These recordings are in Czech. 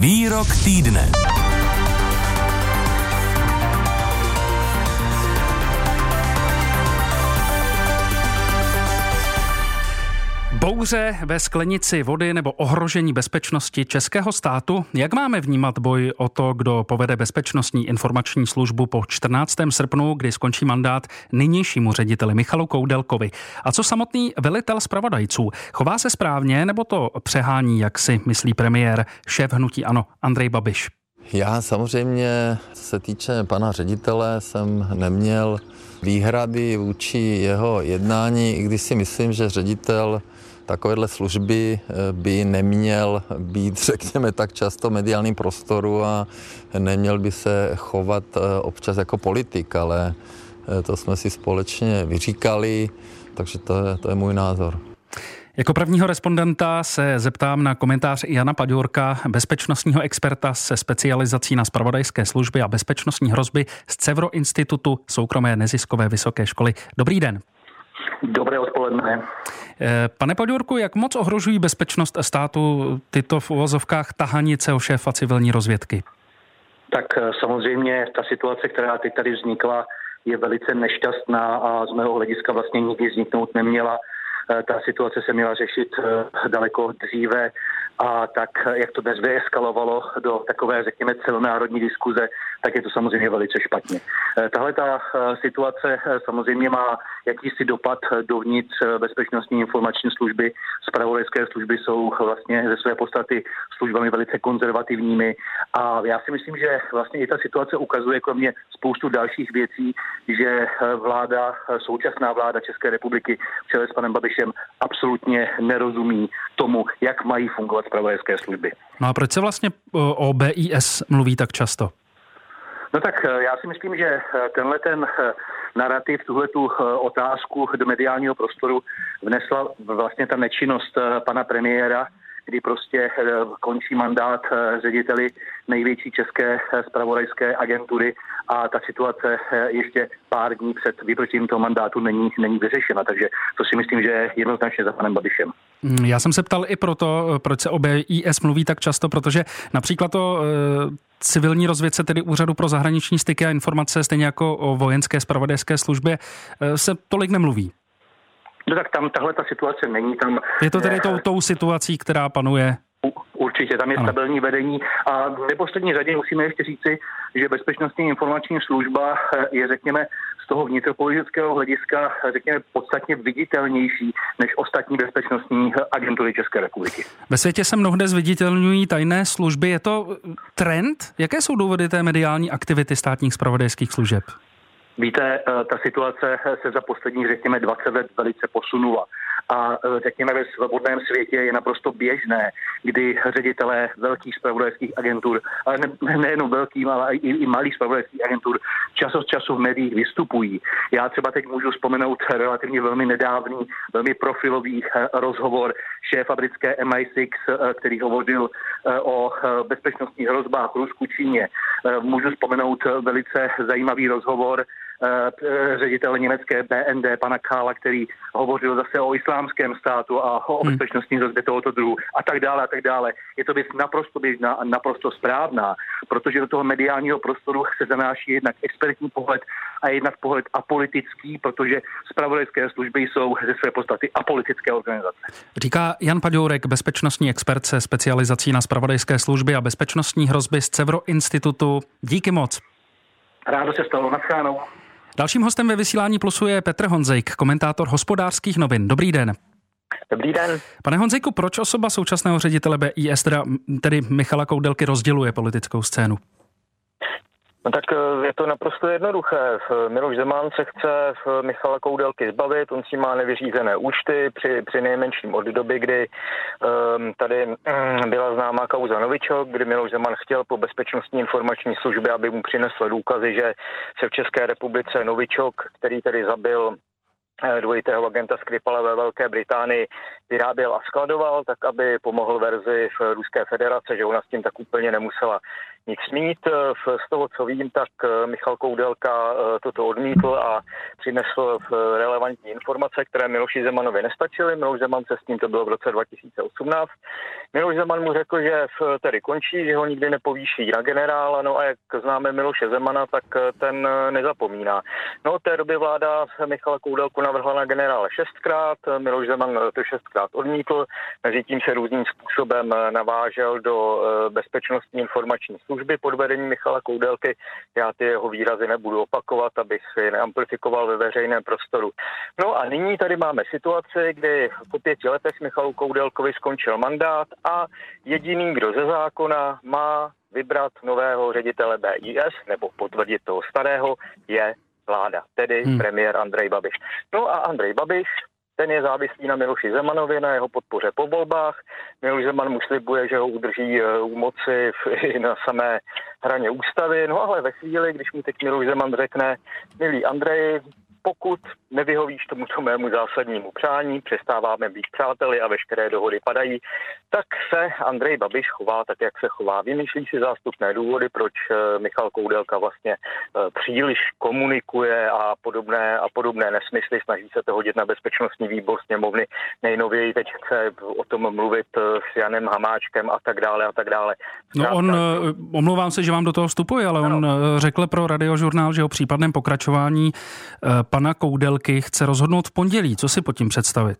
Výrok týdne. Bouře ve sklenici vody nebo ohrožení bezpečnosti českého státu? Jak máme vnímat boj o to, kdo povede Bezpečnostní informační službu po 14. srpnu, kdy skončí mandát nynějšímu řediteli Michalu Koudelkovi? A co samotný velitel zpravodajců? Chová se správně nebo to přehání, jak si myslí premiér, šéf hnutí ANO Andrej Babiš? Já samozřejmě, co se týče pana ředitele, jsem neměl výhrady vůči jeho jednání, i když si myslím, že ředitel takovéhle služby by neměl být, řekněme, tak často v mediálním prostoru a neměl by se chovat občas jako politik, ale to jsme si společně vyříkali, takže to je můj názor. Jako prvního respondenta se zeptám na komentář Jana Paďourka, bezpečnostního experta se specializací na zpravodajské služby a bezpečnostní hrozby z Cevro Institutu soukromé neziskové vysoké školy. Dobrý den. Dobré odpoledne. Pane Paďourku, jak moc ohrožují bezpečnost státu tyto v uvozovkách tahanice o šéfa civilní rozvědky? Tak samozřejmě ta situace, která teď tady vznikla, je velice nešťastná a z mého hlediska vlastně nikdy vzniknout neměla. Ta situace se měla řešit daleko dříve a tak, jak to dnes vyeskalovalo do takové, řekněme, celonárodní diskuze, tak je to samozřejmě velice špatně. Tahle ta situace samozřejmě má jakýsi dopad dovnitř Bezpečnostní informační služby. Zpravodajské služby jsou vlastně ze své podstaty službami velice konzervativními a já si myslím, že vlastně i ta situace ukazuje kromě spoustu dalších věcí, že současná vláda České republiky v čele s panem Babišem absolutně nerozumí tomu, jak mají fungovat zpravodajské služby. No a proč se vlastně o BIS mluví tak často? No tak já si myslím, že tenhle ten narrativ, tuhletu otázku do mediálního prostoru vnesla vlastně ta nečinnost pana premiéra, kdy prostě končí mandát řediteli největší české zpravodajské agentury a ta situace ještě pár dní před vypršením toho mandátu není vyřešena, takže to si myslím, že je jednoznačně za panem Babišem. Já jsem se ptal i proto, proč se o BIS mluví tak často, protože například o civilní rozvědce, tedy Úřadu pro zahraniční styky a informace, stejně jako o vojenské zpravodajské službě, se tolik nemluví. No tak tam tahle ta situace není. Tam je to tedy tou situací, která panuje? Určitě, tam je stabilní vedení a v neposlední řadě musíme ještě říci, že Bezpečnostní informační služba je, řekněme, z toho vnitropolitického hlediska, řekněme, podstatně viditelnější než ostatní bezpečnostní agentury České republiky. Ve světě se mnohde zviditelňují tajné služby. Je to trend? Jaké jsou důvody té mediální aktivity státních zpravodajských služeb? Víte, ta situace se za posledních, řekněme, 20 let velice posunula. A řekněme, ve svobodném světě je naprosto běžné, kdy ředitelé velkých zpravodajských agentur, ale nejenom velkých, ale i malých zpravodajských agentur, čas od času v médiích vystupují. Já třeba teď můžu vzpomenout relativně velmi nedávný, velmi profilový rozhovor šéfa britské MI6, který hovořil o bezpečnostních hrozbách Rusku, Číně. Můžu vzpomenout velice zajímavý rozhovor ředitele německé BND, pana Kála, který hovořil zase o islámském státu a o bezpečnostní hrozbě tohoto druhu a tak dále a tak dále. Je to věc naprosto běžná a naprosto správná, protože do toho mediálního prostoru se zanáší jednak expertní pohled a jednak pohled apolitický, protože zpravodajské služby jsou ze své podstaty apolitické organizace. Říká Jan Paďourek, bezpečnostní expert se specializací na zpravodajské služby a bezpečnostní hrozby z Cevro Institutu. Díky moc. Rádo se stalo, naschánou. Dalším hostem ve vysílání Plusu je Petr Honzejk, komentátor Hospodářských novin. Dobrý den. Dobrý den. Pane Honzejku, proč osoba současného ředitele BIS, tedy Michala Koudelky, rozděluje politickou scénu? No tak je to naprosto jednoduché. Miloš Zeman se chce Michala Koudelky zbavit, on si má nevyřízené účty při nejmenším od doby, kdy tady byla známá kauza Novičok, kdy Miloš Zeman chtěl po Bezpečnostní informační službě, aby mu přinesl důkazy, že se v České republice Novičok, který tedy zabil dvojitého agenta Skripala ve Velké Británii vyráběl a skladoval, tak aby pomohl verzi v Ruské federace, že ona s tím tak úplně nemusela nic mít. Z toho, co vím, tak Michal Koudelka toto odmítl a přinesl relevantní informace, které Miloši Zemanovi nestačily. Miloš Zeman se s tím, to bylo v roce 2018. Miloš Zeman mu řekl, že tedy končí, že ho nikdy nepovýší na generála, no a jak známe Miloše Zemana, tak ten nezapomíná. No od té doby vláda Michala Koudelku navrhla na generále 6krát, Miloš Zeman to 6krát odmítl, mezitím se různým způsobem navážel do bezpečnostní informační služby pod vedením Michala Koudelky. Já ty jeho výrazy nebudu opakovat, abych je neamplifikoval ve veřejném prostoru. No a nyní tady máme situaci, kdy po 5 letech Michalu Koudelkovi skončil mandát a jediný, kdo ze zákona má vybrat nového ředitele BIS nebo potvrdit toho starého, je vláda, tedy premiér Andrej Babiš. No a Andrej Babiš, ten je závislý na Miloši Zemanovi, na jeho podpoře po volbách. Miloš Zeman mu slibuje, že ho udrží u moci na samé hraně ústavy. No ale ve chvíli, když mu teď Miloš Zeman řekne, milý Andrej, pokud nevyhovíš tomuto mému zásadnímu přání, přestáváme být přáteli a veškeré dohody padají, tak se Andrej Babiš chová tak, jak se chová. Vymýšlí si zástupné důvody, proč Michal Koudelka vlastně příliš komunikuje a podobné nesmysly. Snaží se to hodit na bezpečnostní výbor sněmovny. Nejnověji teď chce o tom mluvit s Janem Hamáčkem a tak dále a tak dále. No omlouvám se, že vám do toho vstupuje, ale on řekl pro Radiožurnál, že o případném pokračování pana Koudelky chce rozhodnout v pondělí. Co si pod tím představit?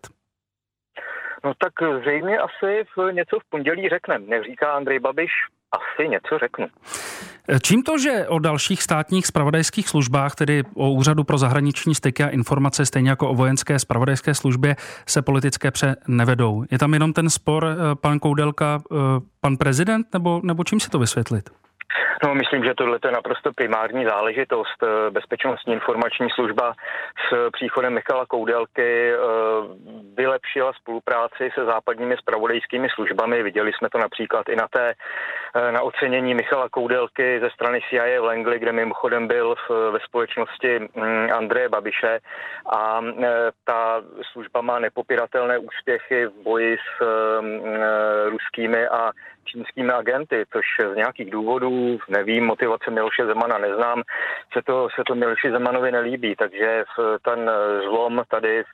No tak zřejmě asi něco v pondělí řekneme. Jak říká Andrej Babiš, asi něco řeknu. Čím to, že o dalších státních zpravodajských službách, tedy o Úřadu pro zahraniční styky a informace, stejně jako o vojenské zpravodajské službě, se politické pře nevedou? Je tam jenom ten spor pan Koudelka, pan prezident, nebo čím si to vysvětlit? No, myslím, že tohle je naprosto primární záležitost. Bezpečnostní informační služba s příchodem Michala Koudelky vylepšila spolupráci se západními zpravodajskými službami. Viděli jsme to například i na ocenění Michala Koudelky ze strany CIA v Langley, kde mimochodem byl ve společnosti Andreje Babiše, a ta služba má nepopiratelné úspěchy v boji s ruskými a čínskými agenty, což z nějakých důvodů, nevím, motivace Miloše Zemana neznám, se to Miloši Zemanovi nelíbí, takže ten zlom tady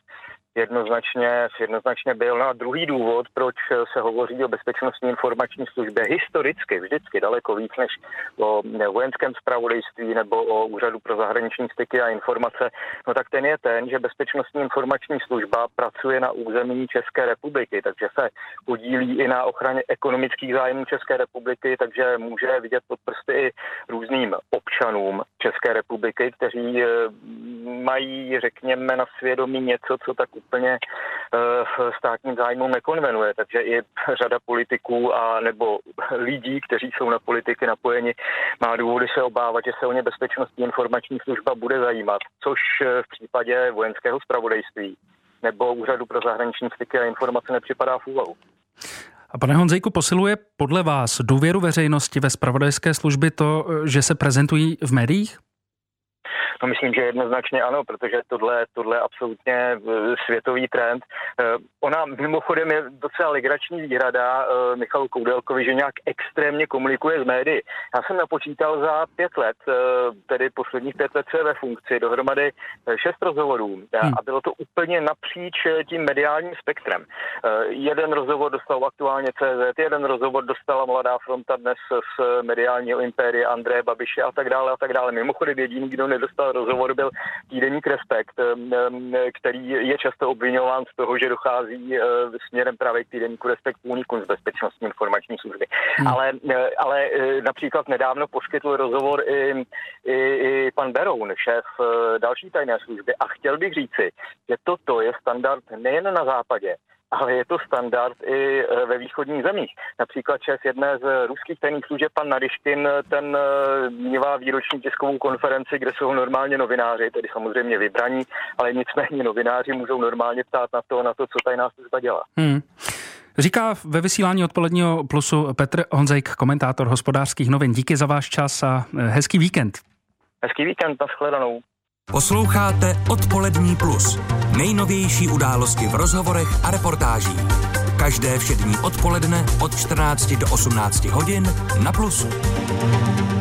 jednoznačně byl. No a druhý důvod, proč se hovoří o bezpečnostní informační službě historicky, vždycky daleko víc než o vojenském zpravodajství nebo o Úřadu pro zahraniční styky a informace, no tak ten je ten, že bezpečnostní informační služba pracuje na území České republiky, takže se podílí i na ochraně ekonomických zájmů České republiky, takže může vidět pod prsty i různým občanům České republiky, kteří mají, řekněme, na svědomí něco, co tak úplně v státním zájmu nekonvenuje. Takže i řada politiků a nebo lidí, kteří jsou na politiky napojeni, má důvody se obávat, že se o ně bezpečnostní informační služba bude zajímat, což v případě vojenského zpravodajství nebo Úřadu pro zahraniční styky a informace nepřipadá v úvahu. A pane Honzejku, posiluje podle vás důvěru veřejnosti ve zpravodajské služby to, že se prezentují v médiích? No, myslím, že jednoznačně ano, protože tohle je absolutně světový trend. Ona mimochodem je docela legrační výhrada Michalu Koudelkovi, že nějak extrémně komunikuje s médii. Já jsem napočítal za 5 let, tedy posledních 5 let ve funkci, dohromady 6 rozhovorů a bylo to úplně napříč tím mediálním spektrem. Jeden rozhovor dostal aktuálně CZ, jeden rozhovor dostala Mladá fronta dnes z mediálního impéria Andreje Babiše a tak dále. Mimochodem jediný, kdo nedostal rozhovor, byl týdeník Respekt, který je často obviňován z toho, že dochází směrem právě k týdeníku Respekt únikům z bezpečnostní informační služby. Ale například nedávno poskytl rozhovor i pan Beroun, šéf další tajné služby, a chtěl bych říci, že toto je standard nejen na západě, ale je to standard i ve východních zemích. Například šéf jedné z ruských tajných služeb, pan Naryškin, ten mívá výroční tiskovou konferenci, kde jsou normálně novináři, tedy samozřejmě vybraní, ale nicméně novináři můžou normálně ptát na to, co tajná služba dělá. Říká ve vysílání Odpoledního Plusu Petr Honzejk, komentátor Hospodářských novin. Díky za váš čas a hezký víkend. Hezký víkend, nashledanou. Posloucháte Odpolední plus. Nejnovější události v rozhovorech a reportážích. Každé všední odpoledne od 14 do 18 hodin na Plusu.